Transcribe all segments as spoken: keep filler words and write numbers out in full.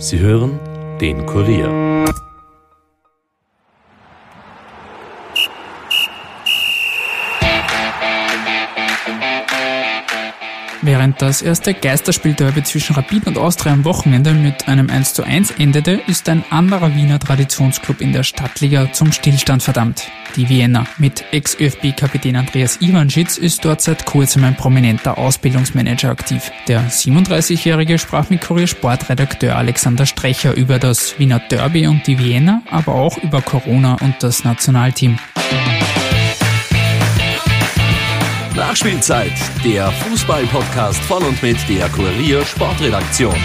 Sie hören den Kurier. Während das erste Geisterspiel-Derby zwischen Rapid und Austria am Wochenende mit einem eins zu eins endete, ist ein anderer Wiener Traditionsclub in der Stadtliga zum Stillstand verdammt. Die Vienna. Mit Ex-ÖFB-Kapitän Andreas Iwanschitz ist dort seit kurzem ein prominenter Ausbildungsmanager aktiv. Der siebenunddreißigjährige sprach mit Kurier-Sportredakteur Alexander Strecher über das Wiener Derby und die Vienna, aber auch über Corona und das Nationalteam. Nachspielzeit, der Fußball-Podcast von und mit der Kurier Sportredaktion.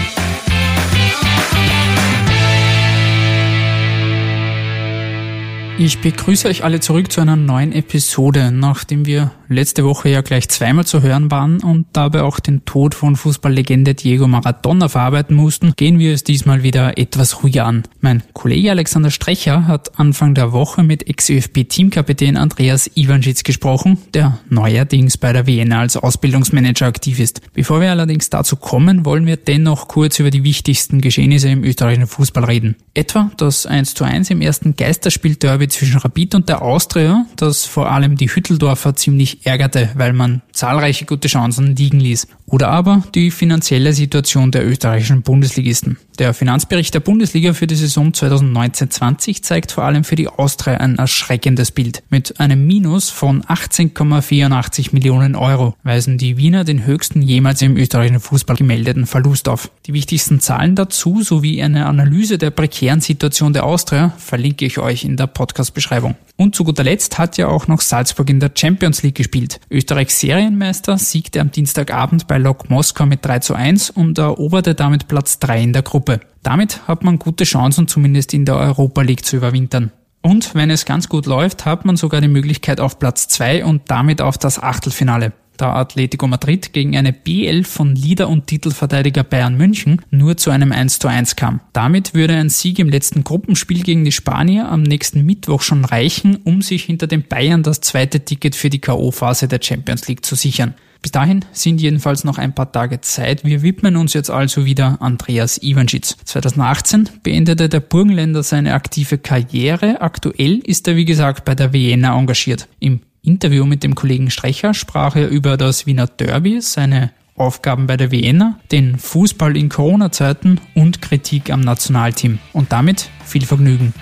Ich begrüße euch alle zurück zu einer neuen Episode, nachdem wir letzte Woche ja gleich zweimal zu hören waren und dabei auch den Tod von Fußballlegende Diego Maradona verarbeiten mussten, gehen wir es diesmal wieder etwas ruhiger an. Mein Kollege Alexander Strecher hat Anfang der Woche mit Ex-ÖFB-Teamkapitän Andreas Iwanschitz gesprochen, der neuerdings bei der Vienna als Ausbildungsmanager aktiv ist. Bevor wir allerdings dazu kommen, wollen wir dennoch kurz über die wichtigsten Geschehnisse im österreichischen Fußball reden. Etwa das eins zu eins im ersten Geisterspiel-Derby zwischen Rapid und der Austria, das vor allem die Hütteldorfer ziemlich ärgerte, weil man zahlreiche gute Chancen liegen ließ. Oder aber die finanzielle Situation der österreichischen Bundesligisten. Der Finanzbericht der Bundesliga für die Saison zweitausendneunzehn zwanzig zeigt vor allem für die Austria ein erschreckendes Bild. Mit einem Minus von achtzehn Komma vierundachtzig Millionen Euro weisen die Wiener den höchsten jemals im österreichischen Fußball gemeldeten Verlust auf. Die wichtigsten Zahlen dazu sowie eine Analyse der prekären Situation der Austria verlinke ich euch in der Podcast-Beschreibung. Und zu guter Letzt hat ja auch noch Salzburg in der Champions League gespielt. Österreichs Serienmeister siegte am Dienstagabend bei Lok Moskau mit drei zu eins und eroberte damit Platz drei in der Gruppe. Damit hat man gute Chancen, zumindest in der Europa League zu überwintern. Und wenn es ganz gut läuft, hat man sogar die Möglichkeit auf Platz zwei und damit auf das Achtelfinale. Da Atletico Madrid gegen eine B elf von Leader- und Titelverteidiger Bayern München nur zu einem eins zu eins kam. Damit würde ein Sieg im letzten Gruppenspiel gegen die Spanier am nächsten Mittwoch schon reichen, um sich hinter den Bayern das zweite Ticket für die K O-Phase der Champions League zu sichern. Bis dahin sind jedenfalls noch ein paar Tage Zeit. Wir widmen uns jetzt also wieder Andreas Iwanschitz. zweitausendachtzehn beendete der Burgenländer seine aktive Karriere. Aktuell ist er, wie gesagt, bei der Vienna engagiert. Im Interview mit dem Kollegen Strecher sprach er über das Wiener Derby, seine Aufgaben bei der Vienna, den Fußball in Corona-Zeiten und Kritik am Nationalteam. Und damit viel Vergnügen.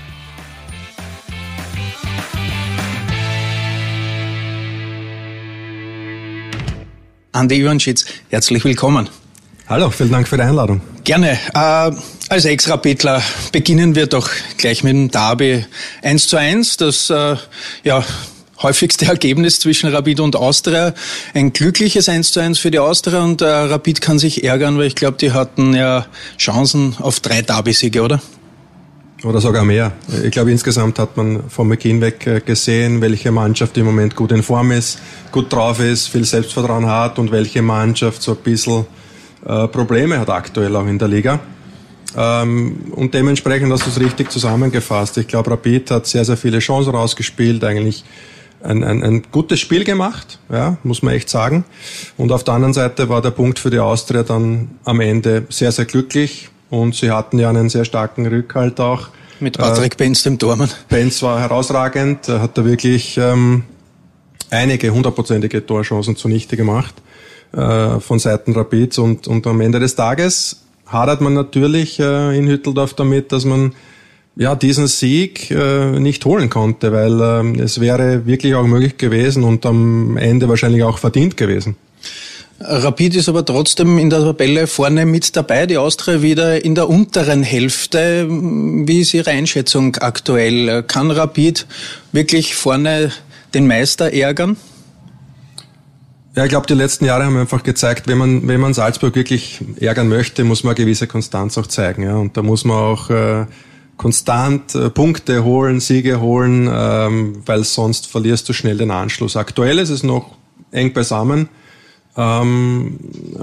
Andi Iwanschitz, herzlich willkommen. Hallo, vielen Dank für die Einladung. Gerne. Äh, als Ex-Rapidler beginnen wir doch gleich mit dem Derby eins zu eins, das äh, ja häufigste Ergebnis zwischen Rapid und Austria. Ein glückliches eins zu eins für die Austria und äh, Rapid kann sich ärgern, weil ich glaube, die hatten ja Chancen auf drei Derby-Siege, oder? Oder sogar mehr. Ich glaube, insgesamt hat man vom Beginn weg gesehen, welche Mannschaft im Moment gut in Form ist, gut drauf ist, viel Selbstvertrauen hat und welche Mannschaft so ein bisschen äh, Probleme hat aktuell auch in der Liga. Ähm, und dementsprechend hast du es richtig zusammengefasst. Ich glaube, Rapid hat sehr, sehr viele Chancen rausgespielt, eigentlich ein, ein, ein gutes Spiel gemacht, ja, muss man echt sagen. Und auf der anderen Seite war der Punkt für die Austria dann am Ende sehr, sehr glücklich. Und sie hatten ja einen sehr starken Rückhalt auch. Mit Patrick äh, Benz, dem Tormann. Benz war herausragend, er hat da wirklich ähm, einige hundertprozentige Torchancen zunichte gemacht äh, von Seiten Rapids. Und, und am Ende des Tages hadert man natürlich äh, in Hütteldorf damit, dass man ja diesen Sieg äh, nicht holen konnte, weil äh, es wäre wirklich auch möglich gewesen und am Ende wahrscheinlich auch verdient gewesen. Rapid ist aber trotzdem in der Tabelle vorne mit dabei, die Austria wieder in der unteren Hälfte. Wie ist Ihre Einschätzung aktuell? Kann Rapid wirklich vorne den Meister ärgern? Ja, ich glaube, die letzten Jahre haben einfach gezeigt, wenn man wenn man Salzburg wirklich ärgern möchte, muss man eine gewisse Konstanz auch zeigen. Ja, und da muss man auch äh, konstant äh, Punkte holen, Siege holen, ähm, weil sonst verlierst du schnell den Anschluss. Aktuell ist es noch eng beisammen. Ähm,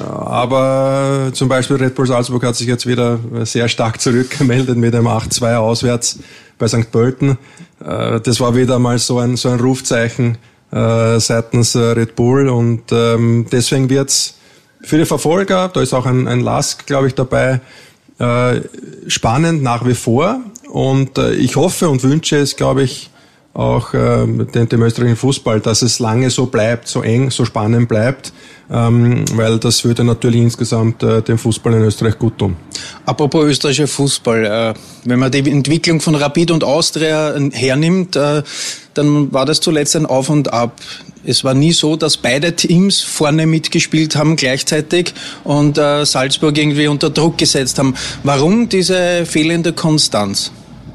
aber zum Beispiel Red Bull Salzburg hat sich jetzt wieder sehr stark zurückgemeldet mit einem acht zwei auswärts bei Sankt Pölten. Äh, das war wieder mal so ein, so ein Rufzeichen äh, seitens äh, Red Bull und ähm, deswegen wird's für die Verfolger, da ist auch ein, ein Lask, glaube ich, dabei, Äh, spannend nach wie vor und äh, ich hoffe und wünsche es, glaube ich, auch äh, dem, dem österreichischen Fußball, dass es lange so bleibt, so eng, so spannend bleibt, ähm, weil das würde natürlich insgesamt äh, dem Fußball in Österreich gut tun. Apropos österreichischer Fußball, äh, wenn man die Entwicklung von Rapid und Austria hernimmt, äh, dann war das zuletzt ein Auf und Ab. Es war nie so, dass beide Teams vorne mitgespielt haben gleichzeitig und äh, Salzburg irgendwie unter Druck gesetzt haben. Warum diese fehlende Konstanz?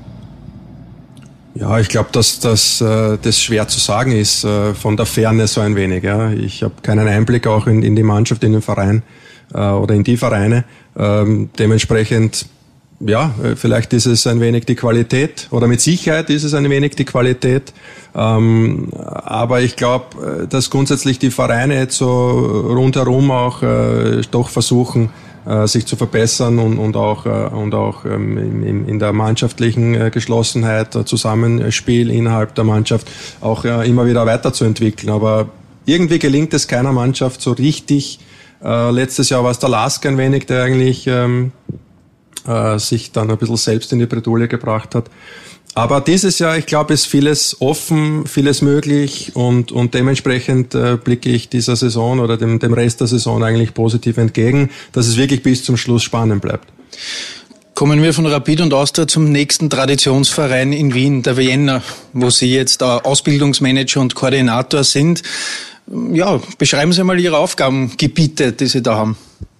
Ja, ich glaube, dass, dass äh, das schwer zu sagen ist, äh, von der Ferne so ein wenig. Ja. Ich habe keinen Einblick auch in, in die Mannschaft, in den Verein äh, oder in die Vereine. Ähm, dementsprechend, ja, vielleicht ist es ein wenig die Qualität oder mit Sicherheit ist es ein wenig die Qualität. Ähm, aber ich glaube, dass grundsätzlich die Vereine jetzt so rundherum auch äh, doch versuchen, sich zu verbessern und, und auch, und auch ähm, in, in der mannschaftlichen äh, Geschlossenheit, äh, Zusammenspiel innerhalb der Mannschaft auch äh, immer wieder weiterzuentwickeln. Aber irgendwie gelingt es keiner Mannschaft so richtig. Äh, letztes Jahr war es der Lask ein wenig, der eigentlich ähm, äh, sich dann ein bisschen selbst in die Bredouille gebracht hat. Aber dieses Jahr, ich glaube, ist vieles offen, vieles möglich und, und dementsprechend äh, blicke ich dieser Saison oder dem, dem Rest der Saison eigentlich positiv entgegen, dass es wirklich bis zum Schluss spannend bleibt. Kommen wir von Rapid und Austria zum nächsten Traditionsverein in Wien, der Vienna, wo Sie jetzt Ausbildungsmanager und Koordinator sind. Ja, beschreiben Sie mal Ihre Aufgabengebiete, die Sie da haben.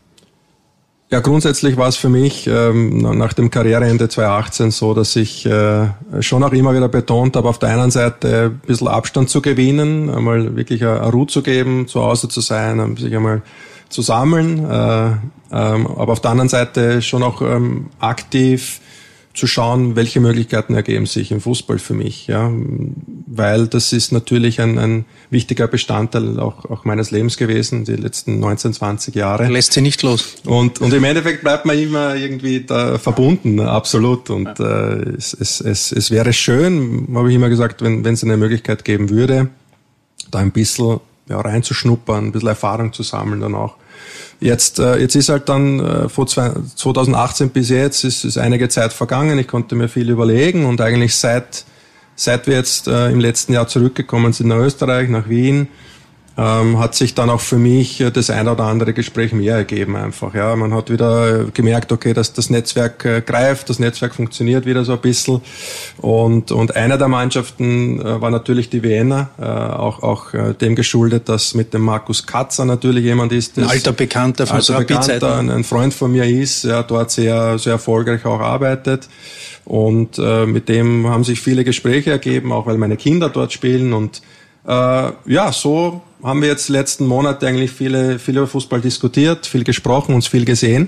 Ja, grundsätzlich war es für mich ähm, nach dem Karriereende zweitausendachtzehn so, dass ich äh, schon auch immer wieder betont habe, auf der einen Seite ein bisschen Abstand zu gewinnen, einmal wirklich eine Ruhe zu geben, zu Hause zu sein, sich einmal zu sammeln, äh, ähm, aber auf der anderen Seite schon auch ähm, aktiv zu schauen, welche Möglichkeiten ergeben sich im Fußball für mich, ja, weil das ist natürlich ein, ein wichtiger Bestandteil auch, auch meines Lebens gewesen, die letzten neunzehn, zwanzig Jahre. Lässt sie nicht los. Und, und im Endeffekt bleibt man immer irgendwie da verbunden, absolut. Und äh, es, es, es, es wäre schön, habe ich immer gesagt, wenn wenn es eine Möglichkeit geben würde, da ein bisschen ja, reinzuschnuppern, ein bisschen Erfahrung zu sammeln dann auch. Jetzt, äh, jetzt ist halt dann äh, von zweitausendachtzehn bis jetzt ist, ist einige Zeit vergangen. Ich konnte mir viel überlegen und eigentlich seit seit wir jetzt äh, im letzten Jahr zurückgekommen sind nach Österreich, nach Wien, ähm, hat sich dann auch für mich äh, das ein oder andere Gespräch mehr ergeben einfach. Ja, man hat wieder gemerkt, okay, dass das Netzwerk äh, greift, das Netzwerk funktioniert wieder so ein bisschen. Und und einer der Mannschaften äh, war natürlich die Vienna, äh, auch auch äh, dem geschuldet, dass mit dem Markus Katzer natürlich jemand ist, ein alter Bekannter von alter Bekannter, ein, ein Freund von mir ist, ja, dort sehr sehr erfolgreich auch arbeitet. Und äh, mit dem haben sich viele Gespräche ergeben, auch weil meine Kinder dort spielen. Und äh, ja, so haben wir jetzt die letzten Monate eigentlich viele, viel über Fußball diskutiert, viel gesprochen, uns viel gesehen.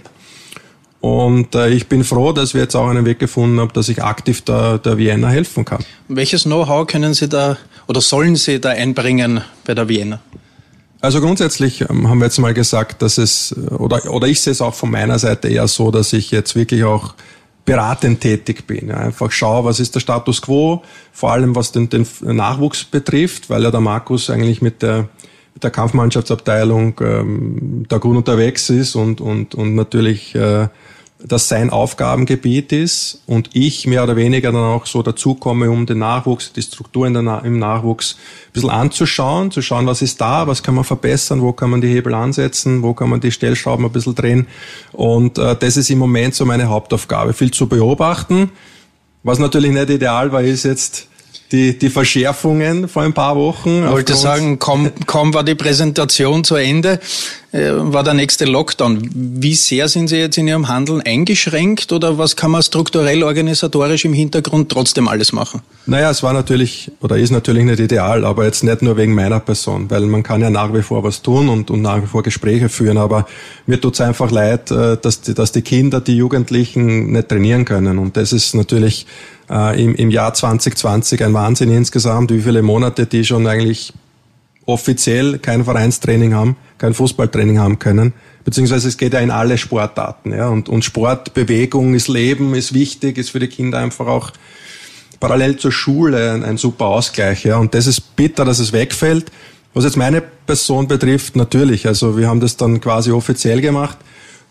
Und äh, ich bin froh, dass wir jetzt auch einen Weg gefunden haben, dass ich aktiv der, der Vienna helfen kann. Welches Know-how können Sie da oder sollen Sie da einbringen bei der Vienna? Also grundsätzlich ähm, haben wir jetzt mal gesagt, dass es, oder, oder ich sehe es auch von meiner Seite eher so, dass ich jetzt wirklich auch beratend tätig bin. Ja, einfach schaue, was ist der Status quo, vor allem was den, den Nachwuchs betrifft, weil ja der Markus eigentlich mit der, mit der Kampfmannschaftsabteilung ähm, da gut unterwegs ist und, und, und natürlich äh, das sein Aufgabengebiet ist und ich mehr oder weniger dann auch so dazukomme, um den Nachwuchs, die Strukturen im Nachwuchs ein bisschen anzuschauen, zu schauen, was ist da, was kann man verbessern, wo kann man die Hebel ansetzen, wo kann man die Stellschrauben ein bisschen drehen. Und äh, das ist im Moment so meine Hauptaufgabe, viel zu beobachten. Was natürlich nicht ideal war, ist jetzt die, die Verschärfungen vor ein paar Wochen. Ich wollte sagen, kaum, kaum war die Präsentation zu Ende, äh, war der nächste Lockdown. Wie sehr sind Sie jetzt in Ihrem Handeln eingeschränkt oder was kann man strukturell, organisatorisch im Hintergrund trotzdem alles machen? Naja, es war natürlich oder ist natürlich nicht ideal, aber jetzt nicht nur wegen meiner Person, weil man kann ja nach wie vor was tun und, und nach wie vor Gespräche führen, aber mir tut's einfach leid, dass die, dass die Kinder, die Jugendlichen nicht trainieren können und das ist natürlich äh, im, im Jahr zwanzig zwanzig ein Wahnsinn insgesamt, wie viele Monate die schon eigentlich offiziell kein Vereinstraining haben, kein Fußballtraining haben können, beziehungsweise es geht ja in alle Sportarten, ja, und, und Sport, Bewegung ist Leben, ist wichtig, ist für die Kinder einfach auch parallel zur Schule ein, ein super Ausgleich, ja, und das ist bitter, dass es wegfällt. Was jetzt meine Person betrifft, natürlich, also wir haben das dann quasi offiziell gemacht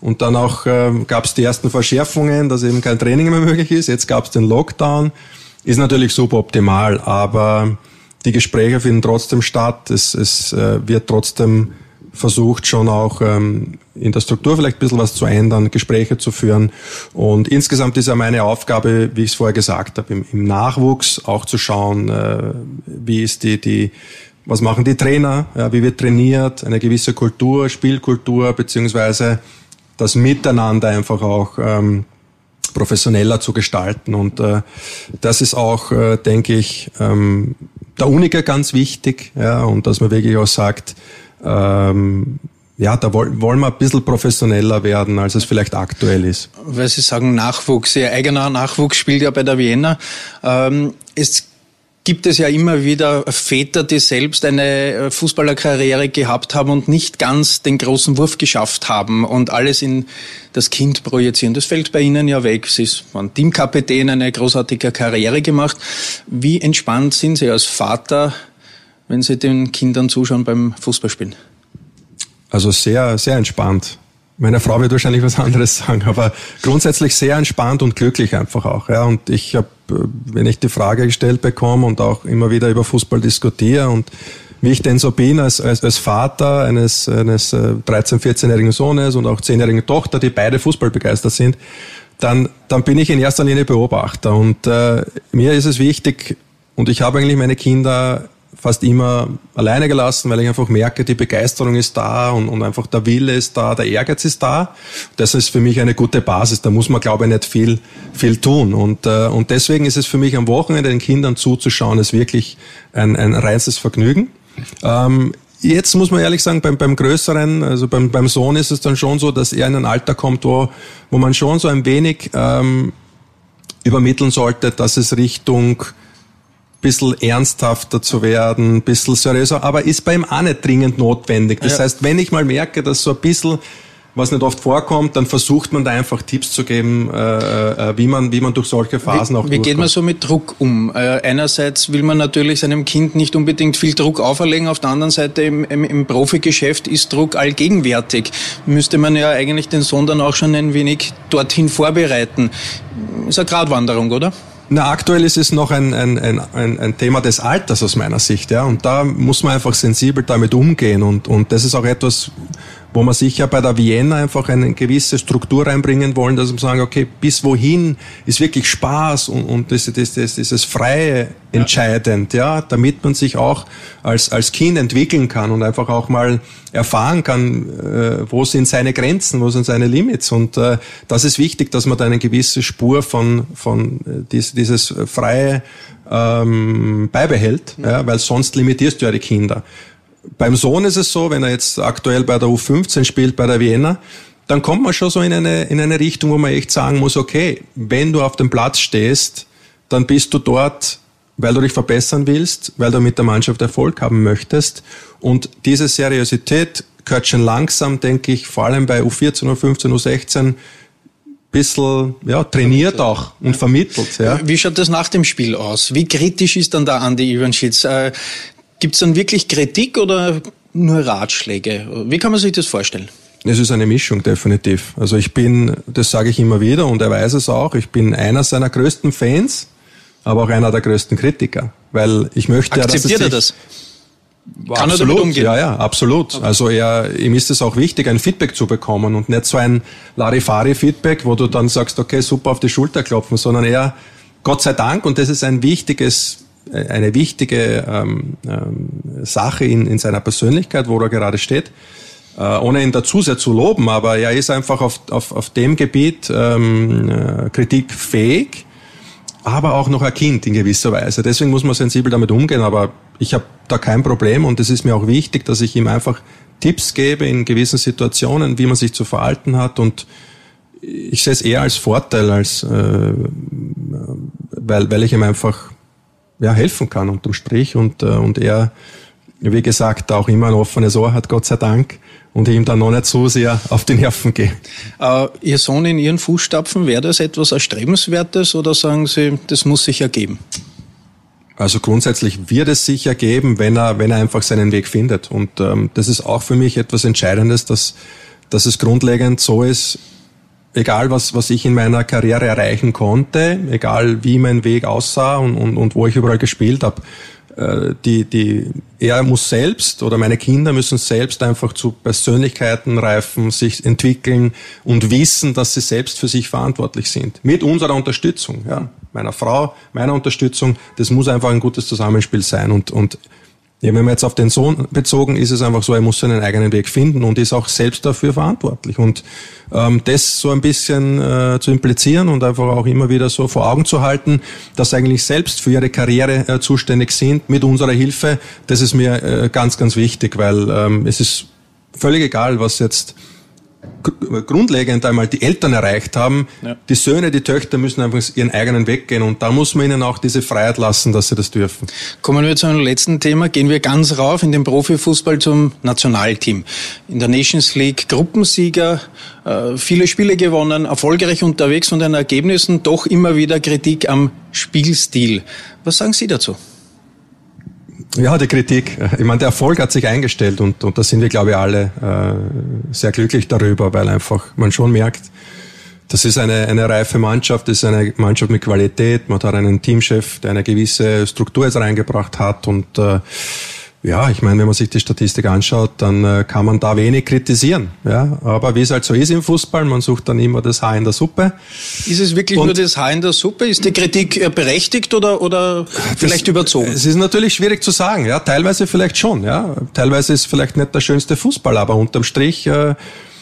Und dann auch äh, gab es die ersten Verschärfungen, dass eben kein Training mehr möglich ist. Jetzt gab es den Lockdown. Ist natürlich suboptimal, aber die Gespräche finden trotzdem statt. Es, es äh, wird trotzdem versucht, schon auch ähm, in der Struktur vielleicht ein bisschen was zu ändern, Gespräche zu führen. Und insgesamt ist ja meine Aufgabe, wie ich es vorher gesagt habe, im, im Nachwuchs auch zu schauen, äh, wie ist die, die, was machen die Trainer, ja, wie wird trainiert, eine gewisse Kultur, Spielkultur, beziehungsweise das Miteinander einfach auch ähm, professioneller zu gestalten. Und äh, das ist auch, äh, denke ich, ähm, der Uniker ganz wichtig, ja, und dass man wirklich auch sagt, ähm, ja, da wollen wir ein bisschen professioneller werden, als es vielleicht aktuell ist. Weil Sie sagen Nachwuchs, Ihr eigener Nachwuchs spielt ja bei der Vienna. Ähm, es gibt es ja immer wieder Väter, die selbst eine Fußballerkarriere gehabt haben und nicht ganz den großen Wurf geschafft haben und alles in das Kind projizieren. Das fällt bei Ihnen ja weg. Sie waren Teamkapitän, eine großartige Karriere gemacht. Wie entspannt sind Sie als Vater, wenn Sie den Kindern zuschauen beim Fußballspielen? Also sehr, sehr entspannt. Meine Frau wird wahrscheinlich was anderes sagen, aber grundsätzlich sehr entspannt und glücklich einfach auch. Ja. Und ich habe, wenn ich die Frage gestellt bekomme und auch immer wieder über Fußball diskutiere und wie ich denn so bin als, als, als Vater eines, eines dreizehn-, vierzehnjährigen Sohnes und auch zehnjährigen Tochter, die beide fußballbegeistert sind, dann, dann bin ich in erster Linie Beobachter. Und äh, mir ist es wichtig, und ich habe eigentlich meine Kinder fast immer alleine gelassen, weil ich einfach merke, die Begeisterung ist da und, und einfach der Wille ist da, der Ehrgeiz ist da. Das ist für mich eine gute Basis. Da muss man, glaube ich, nicht viel viel tun. Und, äh, und deswegen ist es für mich am Wochenende den Kindern zuzuschauen, ist wirklich ein, ein reinstes Vergnügen. Ähm, jetzt muss man ehrlich sagen, beim, beim Größeren, also beim, beim Sohn ist es dann schon so, dass er in ein Alter kommt, wo, wo man schon so ein wenig ähm, übermitteln sollte, dass es Richtung bisschen ernsthafter zu werden, bisschen seriöser, aber ist bei ihm auch nicht dringend notwendig. Das ja. heißt, wenn ich mal merke, dass so ein bisschen, was nicht oft vorkommt, dann versucht man da einfach Tipps zu geben, äh, wie man wie man durch solche Phasen wie, auch Wie durchkommt. Geht man so mit Druck um? Äh, einerseits will man natürlich seinem Kind nicht unbedingt viel Druck auferlegen, auf der anderen Seite im, im, im Profigeschäft ist Druck allgegenwärtig. Müsste man ja eigentlich den Sohn dann auch schon ein wenig dorthin vorbereiten. Ist eine Gratwanderung, oder? Na, aktuell ist es noch ein, ein, ein, ein Thema des Alters aus meiner Sicht, ja. Und da muss man einfach sensibel damit umgehen. Und, und das ist auch etwas, wo man sicher bei der Vienna einfach eine gewisse Struktur reinbringen wollen, dass man sagen, okay, bis wohin ist wirklich Spaß und, und das, das, das, dieses Freie entscheidend, ja, damit man sich auch als, als Kind entwickeln kann und einfach auch mal erfahren kann, äh, wo sind seine Grenzen, wo sind seine Limits. Und äh, das ist wichtig, dass man da eine gewisse Spur von, von äh, dies, dieses Freie ähm, beibehält, mhm. ja, weil sonst limitierst du ja die Kinder. Beim Sohn ist es so, wenn er jetzt aktuell bei der U fünfzehn spielt, bei der Vienna, dann kommt man schon so in eine, in eine Richtung, wo man echt sagen muss, okay, wenn du auf dem Platz stehst, dann bist du dort, weil du dich verbessern willst, weil du mit der Mannschaft Erfolg haben möchtest. Und diese Seriosität gehört schon langsam, denke ich, vor allem bei U vierzehn, U fünfzehn, U sechzehn, bisschen ja, trainiert auch und vermittelt. Ja. Wie schaut das nach dem Spiel aus? Wie kritisch ist dann der Andi Ivanschitz? Äh, Gibt es dann wirklich Kritik oder nur Ratschläge? Wie kann man sich das vorstellen? Es ist eine Mischung, definitiv. Also ich bin, das sage ich immer wieder und er weiß es auch, ich bin einer seiner größten Fans, aber auch einer der größten Kritiker. Weil ich möchte Akzeptiert ja, dass es sich, er das? Kann absolut, er damit umgehen? Ja, ja, absolut. Okay. Also er, ihm ist es auch wichtig, ein Feedback zu bekommen und nicht so ein Larifari-Feedback, wo du dann sagst, okay, super auf die Schulter klopfen, sondern eher, Gott sei Dank, und das ist ein wichtiges eine wichtige ähm, ähm, Sache in, in seiner Persönlichkeit, wo er gerade steht, äh, ohne ihn dazu sehr zu loben, aber er ist einfach auf, auf, auf dem Gebiet ähm, äh, kritikfähig, aber auch noch ein Kind in gewisser Weise. Deswegen muss man sensibel damit umgehen, aber ich habe da kein Problem und es ist mir auch wichtig, dass ich ihm einfach Tipps gebe in gewissen Situationen, wie man sich zu verhalten hat und ich sehe es eher als Vorteil, als äh, weil, weil ich ihm einfach ja, helfen kann unterm Strich und, und er, wie gesagt, auch immer ein offenes Ohr hat, Gott sei Dank, und ihm dann noch nicht so sehr auf die Nerven geht. Äh, Ihr Sohn in Ihren Fußstapfen, wäre das etwas Erstrebenswertes oder sagen Sie, das muss sich ergeben? Also grundsätzlich wird es sich ergeben, wenn er, wenn er einfach seinen Weg findet. Und ähm, das ist auch für mich etwas Entscheidendes, dass, dass es grundlegend so ist, egal was, was ich in meiner Karriere erreichen konnte, egal wie mein Weg aussah und, und, und wo ich überall gespielt habe, die, die, er muss selbst oder meine Kinder müssen selbst einfach zu Persönlichkeiten reifen, sich entwickeln und wissen, dass sie selbst für sich verantwortlich sind. Mit unserer Unterstützung, ja, meiner Frau, meiner Unterstützung. Das muss einfach ein gutes Zusammenspiel sein und, und ja, wenn man jetzt auf den Sohn bezogen, ist es einfach so, er muss seinen eigenen Weg finden und ist auch selbst dafür verantwortlich. Und ähm, das so ein bisschen äh, zu implizieren und einfach auch immer wieder so vor Augen zu halten, dass sie eigentlich selbst für ihre Karriere äh, zuständig sind, mit unserer Hilfe, das ist mir äh, ganz, ganz wichtig, weil ähm, es ist völlig egal, was jetzt grundlegend einmal die Eltern erreicht haben. Ja. Die Söhne, die Töchter müssen einfach ihren eigenen Weg gehen und da muss man ihnen auch diese Freiheit lassen, dass sie das dürfen. Kommen wir zu einem letzten Thema. Gehen wir ganz rauf in den Profifußball zum Nationalteam. In der Nations League Gruppensieger, äh, viele Spiele gewonnen, erfolgreich unterwegs, von den Ergebnissen doch immer wieder Kritik am Spielstil. Was sagen Sie dazu? Ja, die Kritik. Ich meine, der Erfolg hat sich eingestellt und, und da sind wir, glaube ich, alle äh, sehr glücklich darüber, weil einfach man schon merkt, das ist eine, eine reife Mannschaft, das ist eine Mannschaft mit Qualität, man hat einen Teamchef, der eine gewisse Struktur jetzt reingebracht hat und äh, ja, ich meine, wenn man sich die Statistik anschaut, dann äh, kann man da wenig kritisieren. Ja, aber wie es halt so ist im Fußball, man sucht dann immer das Haar in der Suppe. Ist es wirklich und nur das Haar in der Suppe? Ist die Kritik äh, berechtigt oder oder vielleicht das, überzogen? Es ist natürlich schwierig zu sagen. Ja, teilweise vielleicht schon. Ja, teilweise ist vielleicht nicht der schönste Fußball, aber unterm Strich äh,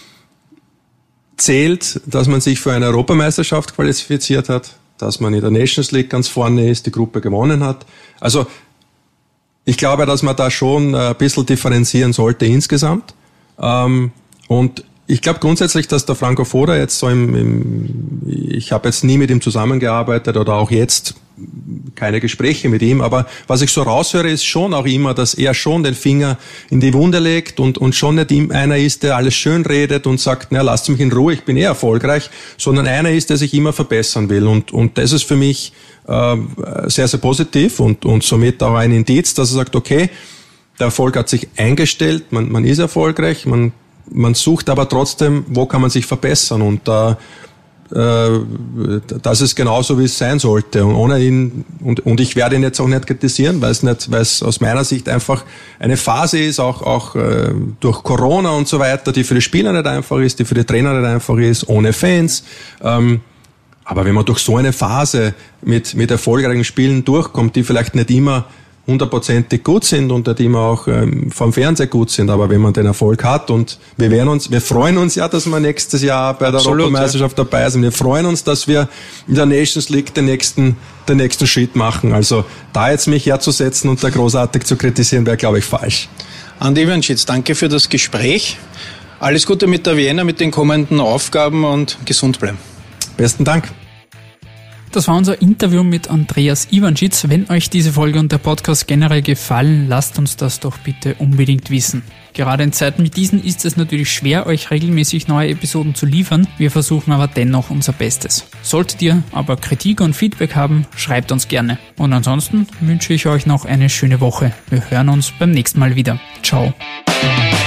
zählt, dass man sich für eine Europameisterschaft qualifiziert hat, dass man in der Nations League ganz vorne ist, die Gruppe gewonnen hat. Also ich glaube, dass man da schon ein bisschen differenzieren sollte insgesamt. Und ich glaube grundsätzlich, dass der Franco Foda jetzt so im, im ich habe jetzt nie mit ihm zusammengearbeitet oder auch jetzt keine Gespräche mit ihm, aber was ich so raushöre, ist schon auch immer, dass er schon den Finger in die Wunde legt und, und schon nicht einer ist, der alles schön redet und sagt, na, lasst mich in Ruhe, ich bin eh erfolgreich, sondern einer ist, der sich immer verbessern will und, und das ist für mich äh, sehr, sehr positiv und, und somit auch ein Indiz, dass er sagt, okay, der Erfolg hat sich eingestellt, man, man ist erfolgreich, man, man sucht aber trotzdem, wo kann man sich verbessern und da das ist genauso, wie es sein sollte. Und ohne ihn, und, und ich werde ihn jetzt auch nicht kritisieren, weil es nicht, weil es aus meiner Sicht einfach eine Phase ist, auch, auch äh, durch Corona und so weiter, die für die Spieler nicht einfach ist, die für die Trainer nicht einfach ist, ohne Fans. Ähm, aber wenn man durch so eine Phase mit, mit erfolgreichen Spielen durchkommt, die vielleicht nicht immer hundertprozentig gut sind und die immer auch ähm, vom Fernseher gut sind, aber wenn man den Erfolg hat und wir werden uns, wir freuen uns ja, dass wir nächstes Jahr bei der Absolut, Europameisterschaft ja. dabei sind. Wir freuen uns, dass wir in der Nations League den nächsten, den nächsten Schritt machen. Also da jetzt mich herzusetzen und da großartig zu kritisieren, wäre, glaube ich, falsch. Andi Ivanschitz, danke für das Gespräch. Alles Gute mit der Vienna, mit den kommenden Aufgaben und gesund bleiben. Besten Dank. Das war unser Interview mit Andreas Ivanschitz. Wenn euch diese Folge und der Podcast generell gefallen, lasst uns das doch bitte unbedingt wissen. Gerade in Zeiten wie diesen ist es natürlich schwer, euch regelmäßig neue Episoden zu liefern. Wir versuchen aber dennoch unser Bestes. Solltet ihr aber Kritik und Feedback haben, schreibt uns gerne. Und ansonsten wünsche ich euch noch eine schöne Woche. Wir hören uns beim nächsten Mal wieder. Ciao.